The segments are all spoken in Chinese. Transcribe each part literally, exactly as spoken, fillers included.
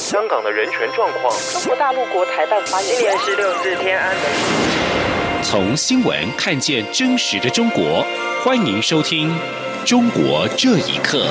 香港的人权状况。 中国大陆国台办发言人， 今年是六四天安门。 从新闻看见真实的中国，欢迎收听《中国这一刻》。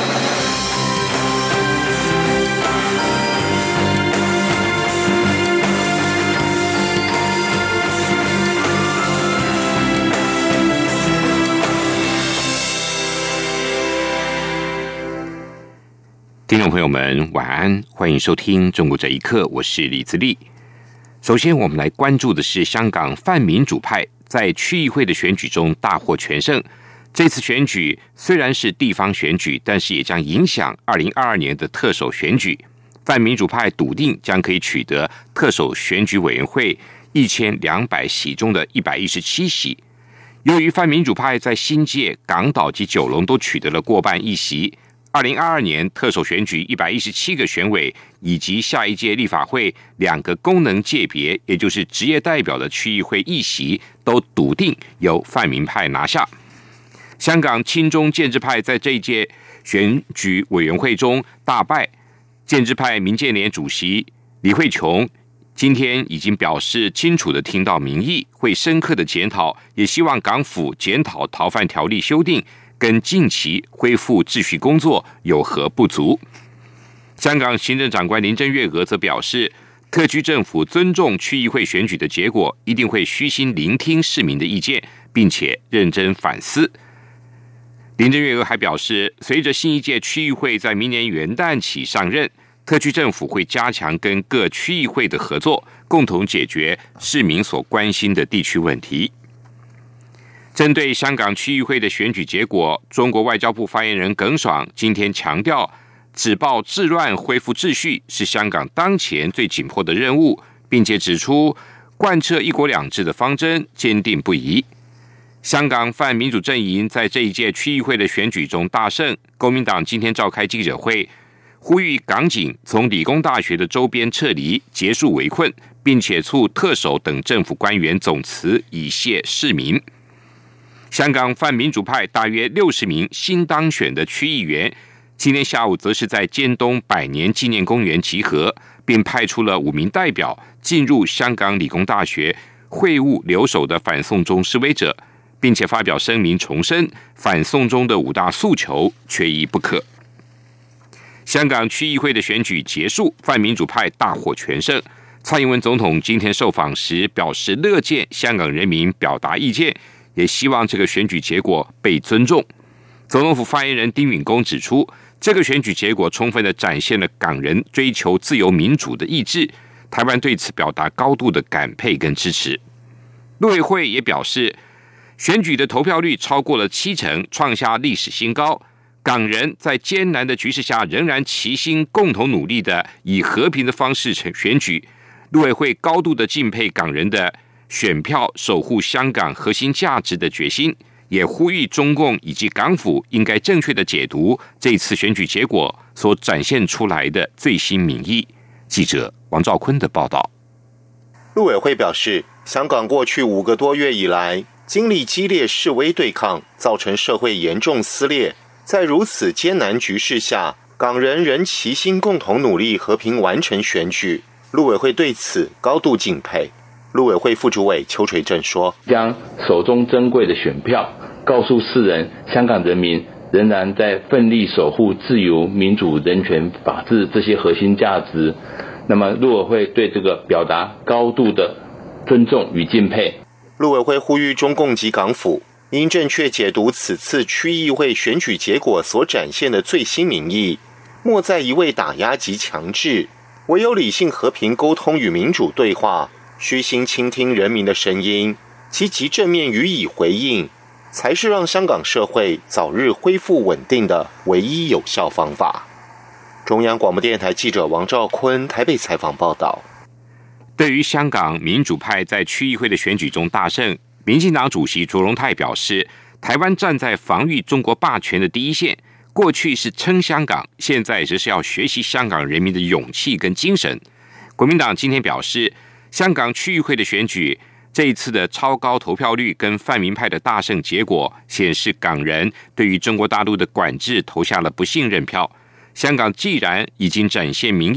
听众朋友们，晚安，欢迎收听《中国这一刻》，我是李自立。首先，我们来关注的是香港泛民主派在区议会的选举中大获全胜。这次选举虽然是地方选举，但是也将影响二零二二年的特首选举。泛民主派笃定将可以取得特首选举委员会一千两百席中的一百一十七席。由于泛民主派在新界、港岛及九龙都取得了过半议席，二零二二年特首选举一百一十七个选委以及下一届立法会两个功能界别，也就是职业代表的区议会议席，都笃定由泛民派拿下。香港亲中建制派在这一届选举委员会中大败，建制派民建联主席李慧琼今天已经表示清楚地听到民意，会深刻的检讨，也希望港府检讨逃犯条例修订跟近期恢复秩序工作有何不足。香港行政长官林郑月娥则表示，特区政府尊重区议会选举的结果，一定会虚心聆听市民的意见，并且认真反思。林郑月娥还表示，随着新一届区议会在明年元旦起上任，特区政府会加强跟各区议会的合作，共同解决市民所关心的地区问题。针对香港区议会的选举结果，中国外交部发言人耿爽今天强调，止暴制乱、恢复秩序是香港当前最紧迫的任务，并且指出贯彻一国两制的方针坚定不移。香港泛民主阵营在这一届区议会的选举中大胜，公民党今天召开记者会，呼吁港警从理工大学的周边撤离，结束围困，并且促特首等政府官员总辞，以谢市民。香港泛民主派大约六十名新当选的区议员，今天下午则是在尖东百年纪念公园集合，并派出了五名代表进入香港理工大学会晤留守的反送中示威者，并且发表声明重申反送中的五大诉求缺一不可。香港区议会的选举结束，泛民主派大获全胜。蔡英文总统今天受访时表示，乐见香港人民表达意见，也希望这个选举结果被尊重。总统府发言人丁允恭指出，这个选举结果充分地展现了港人追求自由民主的意志，台湾对此表达高度的感佩跟支持。陆委会也表示，选举的投票率超过了七成，创下历史新高。港人在艰难的局势下，仍然齐心共同努力的以和平的方式选举。陆委会高度的敬佩港人的选票守护香港核心价值的决心，也呼吁中共以及港府应该正确的解读这次选举结果所展现出来的最新民意。记者王兆坤的报道。 陆委会表示，香港过去五个多月以来，经历激烈示威对抗，造成社会严重撕裂。在如此艰难局势下，港人仍齐心共同努力和平完成选举。陆委会对此高度敬佩。陆委会副主委邱垂正说， 将手中珍贵的选票告诉世人，香港人民仍然在奋力守护自由、民主、人权、法治这些核心价值。那么陆委会对这个表达高度的尊重与敬佩。 陆委会呼吁中共及港府应正确解读此次区议会选举结果所展现的最新民意，莫再一味打压及强制，唯有理性和平沟通与民主对话，虚心倾听人民的声音，积极正面予以回应，才是让香港社会早日恢复稳定的唯一有效方法。中央广播电台记者王兆坤台北采访报道。 对于香港民主派在区议会的选举中大胜，民进党主席卓荣泰表示，台湾站在防御中国霸权的第一线，过去是撑香港，现在只是要学习香港人民的勇气跟精神。国民党今天表示，香港区议会的选举这一次的超高投票率跟泛民派的大胜结果，显示港人对于中国大陆的管制投下了不信任票。香港既然已经展现民意，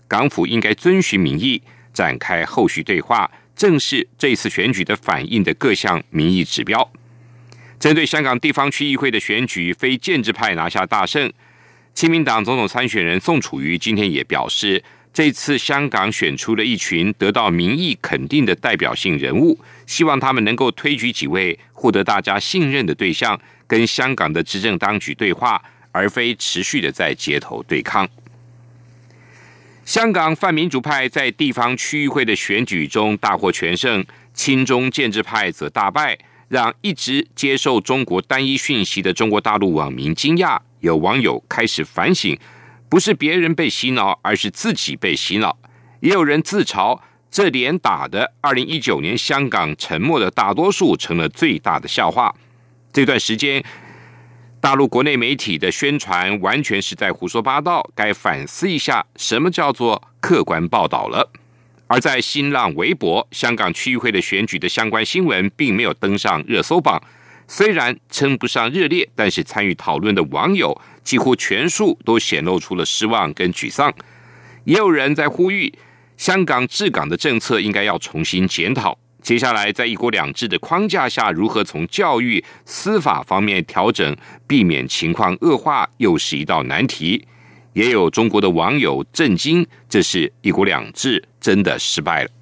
港府应该遵循民意，展开后续对话，正视这次选举的反映的各项民意指标。针对香港地方区议会的选举，非建制派拿下大胜，亲民党总统参选人宋楚瑜今天也表示，这次香港选出了一群得到民意肯定的代表性人物，希望他们能够推举几位获得大家信任的对象，跟香港的执政当局对话，而非持续的在街头对抗。香港泛民主派在地方区议会的选举中大获全胜，亲中建制派则大败，让一直接受中国单一讯息的中国大陆网民惊讶，有网友开始反省，不是别人被洗脑，而是自己被洗脑。也有人自嘲，这连打的二零一九年香港沉默的大多数成了最大的笑话。这段时间大陆国内媒体的宣传完全是在胡说八道，该反思一下什么叫做客观报道了。而在新浪微博，香港区议会的选举的相关新闻并没有登上热搜榜，虽然称不上热烈，但是参与讨论的网友几乎全数都显露出了失望跟沮丧。也有人在呼吁，香港治港的政策应该要重新检讨。接下来在一国两制的框架下，如何从教育、司法方面调整，避免情况恶化，又是一道难题。也有中国的网友震惊，这是一国两制真的失败了。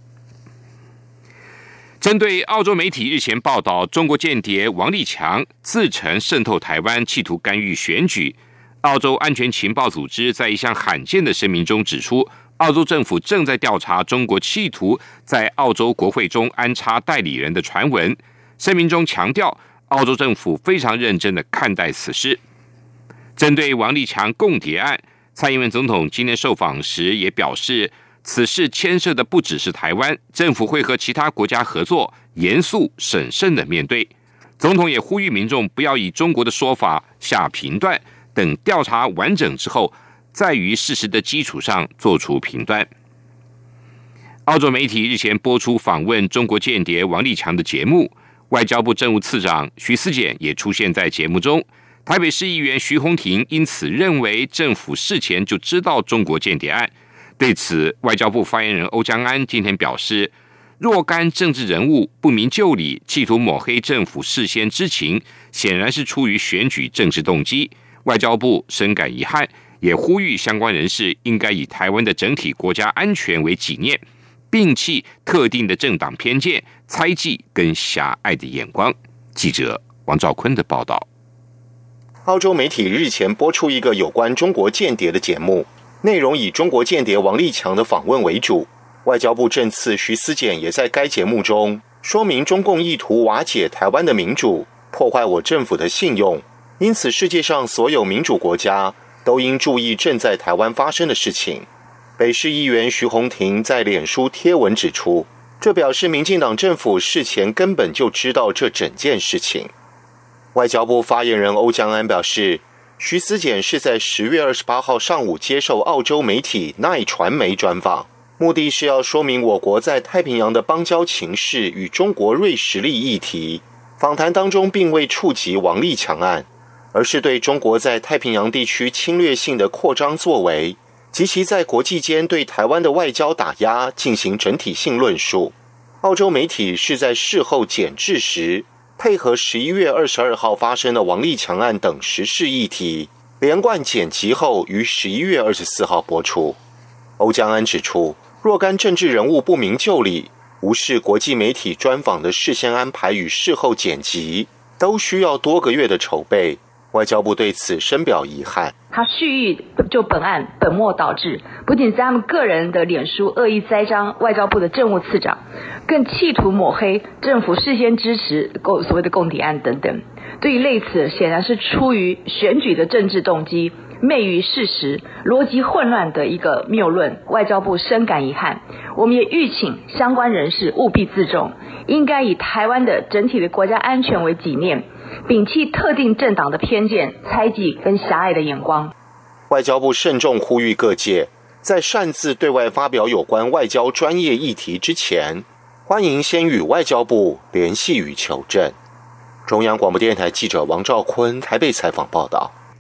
针对澳洲媒体日前报道中国间谍王立强自称渗透台湾，企图干预选举，澳洲安全情报组织在一项罕见的声明中指出，澳洲政府正在调查中国企图在澳洲国会中安插代理人的传闻。声明中强调，澳洲政府非常认真地看待此事。针对王立强共谍案，蔡英文总统今天受访时也表示，此事牵涉的不只是台湾，政府会和其他国家合作，严肃审慎地面对。总统也呼吁民众不要以中国的说法下评断，等调查完整之后，在于事实的基础上做出评断。澳洲媒体日前播出访问中国间谍王立强的节目，外交部政务次长徐思俭也出现在节目中。台北市议员徐宏庭因此认为政府事前就知道中国间谍案。对此，外交部发言人欧江安今天表示，若干政治人物不明就里，企图抹黑政府事先知情，显然是出于选举政治动机。外交部深感遗憾，也呼吁相关人士应该以台湾的整体国家安全为己念，摒弃特定的政党偏见、猜忌跟狭隘的眼光。记者王兆坤的报道。 澳洲媒体日前播出一个有关中国间谍的节目，内容以中国间谍王立强的访问为主。外交部政次徐思俭也在该节目中说明，中共意图瓦解台湾的民主，破坏我政府的信用，因此世界上所有民主国家都应注意正在台湾发生的事情。北市议员徐宏庭在脸书贴文指出，这表示民进党政府事前根本就知道这整件事情。外交部发言人欧江安表示，徐思俭是在十月二十八号上午接受澳洲媒体奈传媒专访，目的是要说明我国在太平洋的邦交情势与中国锐实力议题。访谈当中并未触及王立强案，而是对中国在太平洋地区侵略性的扩张作为及其在国际间对台湾的外交打压进行整体性论述。澳洲媒体是在事后检制时，配合十一月二十二号发生的王立强案等时事议题，连贯剪辑后于十一月二十四号播出。欧江安指出，若干政治人物不明就里，无视国际媒体专访的事先安排与事后剪辑，都需要多个月的筹备。外交部对此深表遗憾。 他蓄意就本案本末倒置，不仅在他们个人的脸书恶意栽赃外交部的政务次长，更企图抹黑政府事先支持所谓的共谍案等等。对于类此显然是出于选举的政治动机，昧于事实、逻辑混乱的一个谬论，外交部深感遗憾。我们也吁请相关人士务必自重，应该以台湾的整体的国家安全为己念，摒弃特定政党的偏见、猜忌跟狭隘的眼光。 外交部慎重呼吁各界，在擅自对外发表有关外交专业议题之前，欢迎先与外交部联系与求证。中央广播电台记者王兆坤台北采访报道。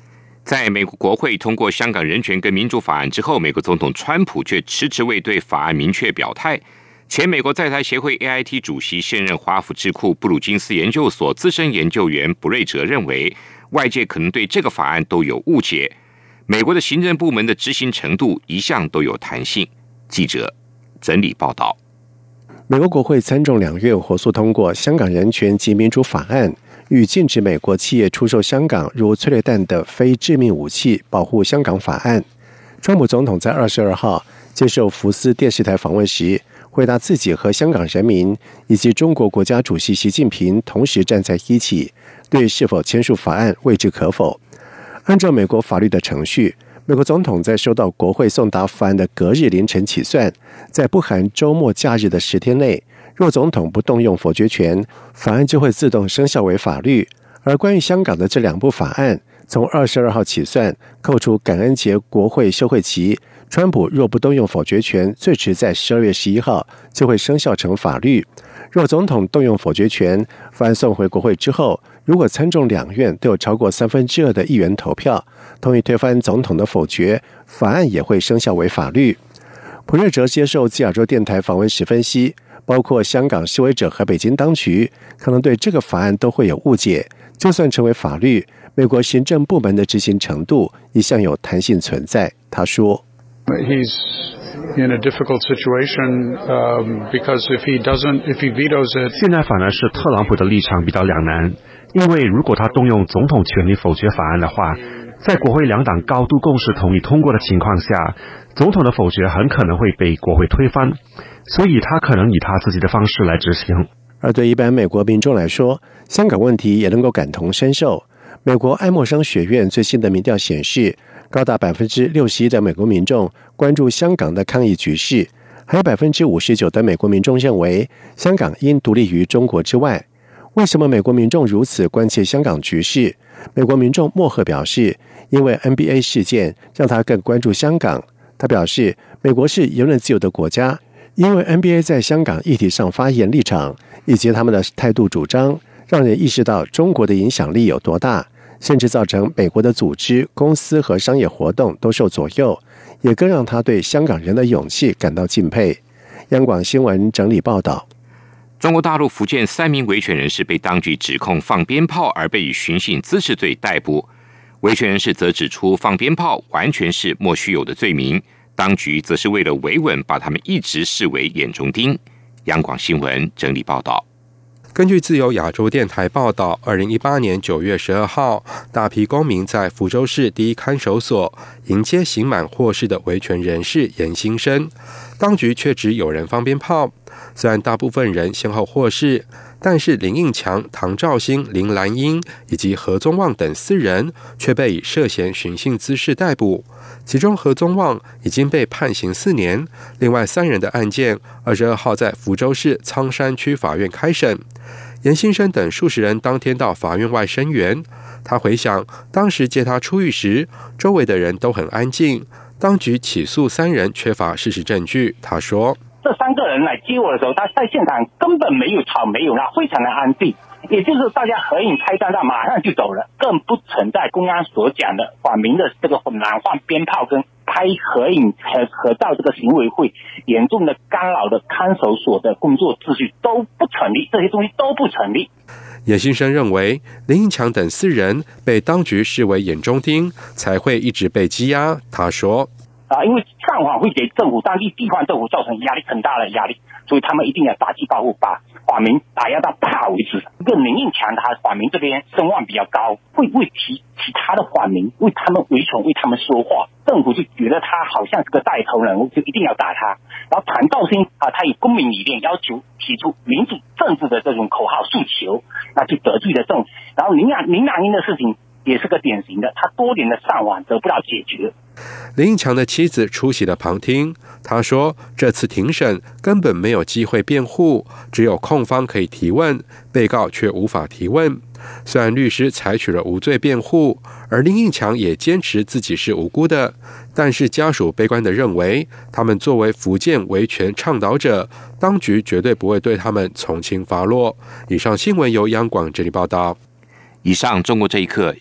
在美国国会通过香港人权跟民主法案之后，美国总统川普却迟迟未对法案明确表态。前美国在台协会 A I T 主席、现任华府智库布鲁金斯研究所资深研究员布瑞哲认为，外界可能对这个法案都有误解。美国的行政部门的执行程度一向都有弹性。记者整理报道。 美国国会参众两院火速通过《香港人权及民主法案》，与禁止美国企业出售香港如催泪弹的非致命武器保护香港法案。川普总统在二十二号接受福斯电视台访问时，回答自己和香港人民以及中国国家主席习近平同时站在一起，对是否签署法案未置可否。按照美国法律的程序，美国总统在收到国会送达法案的隔日凌晨起算，在不含周末假日的十天内，若总统不动用否决权，法案就会自动生效为法律。而关于香港的这两部法案，从二十二号起算，扣除感恩节国会休会期，川普若不动用否决权，最迟在十二月十一号就会生效成法律。若总统动用否决权，法案送回国会之后，如果参众两院都有超过三分之二的议员投票同意推翻总统的否决，法案也会生效为法律。普瑞哲接受自亚洲电台访问时分析，包括香港示威者和北京当局可能对这个法案都会有误解，就算成为法律，美国行政部门的执行程度一向有弹性存在。他说 He's in a difficult situation um, because if he doesn't, if he vetoes it, 现在反而是特朗普的立场比较两难，因为如果他动用总统权力否决法案的话，在国会两党高度共识同意通过的情况下，总统的否决很可能会被国会推翻，所以他可能以他自己的方式来执行。 而对一般美国民众来说，香港问题也能够感同身受。美国爱默生学院最新的民调显示，高达百分之六十一的美国民众关注香港的抗疫局势，还有百分之五十九的美国民众认为香港应独立于中国之外。为什么美国民众如此关切香港局势？美国民众莫赫表示，因为 N B A 事件让他更关注香港。他表示，美国是言论自由的国家，因为 N B A 在香港议题上发言立场以及他们的态度主张，让人意识到中国的影响力有多大，甚至造成美国的组织、公司和商业活动都受左右，也更让他对香港人的勇气感到敬佩。央广新闻整理报道。 中国大陆福建三名维权人士被当局指控放鞭炮而被以寻衅滋事罪逮捕，维权人士则指出放鞭炮完全是莫须有的罪名，当局则是为了维稳把他们一直视为眼中钉。央广新闻整理报道。 根据自由亚洲电台报道，二零一八年九月十二号，大批公民在福州市第一看守所迎接刑满获释的维权人士严新生，当局却只有人放鞭炮。虽然大部分人先后获释，但是林应强、唐兆兴、林兰英以及何宗旺等四人却被以涉嫌寻衅滋事逮捕。其中何宗旺已经被判刑四年，另外三人的案件二十二号在福州市仓山区法院开审。严新生等数十人当天到法院外声援，他回想当时接他出狱时，周围的人都很安静，当局起诉三人缺乏事实证据。他说， 这三个人来接我的时候，他在现场根本没有吵没有闹，非常的安静，也就是大家合影拍照到马上就走了，更不存在公安所讲的法明的这个燃放鞭炮跟拍合影和合照这个行为会严重的干扰的看守所的工作秩序，都不成立，这些东西都不成立。 严先生认为，林应强等四人被当局视为眼中钉，才会一直被羁押。他说， 啊，因为上访会给政府当地地方政府造成压力很大的压力，所以他们一定要打击报复，把法民打压到不好为止。这个林应强他法民这边声望比较高，会为其其他的法民为他们维权为他们说话，政府就觉得他好像是个带头人物，就一定要打他。然后谭兆兴啊，他以公民理念要求提出民主政治的这种口号诉求，那就得罪了政府。然后林兰林兰英的事情也是个典型的，他多年的上访得不到解决。 林应强的妻子出席了旁听，他说这次庭审根本没有机会辩护，只有控方可以提问，被告却无法提问。虽然律师采取了无罪辩护，而林应强也坚持自己是无辜的，但是家属悲观地认为，他们作为福建维权倡导者，当局绝对不会对他们从轻发落。以上新闻由央广这里报道。 以上中国这一刻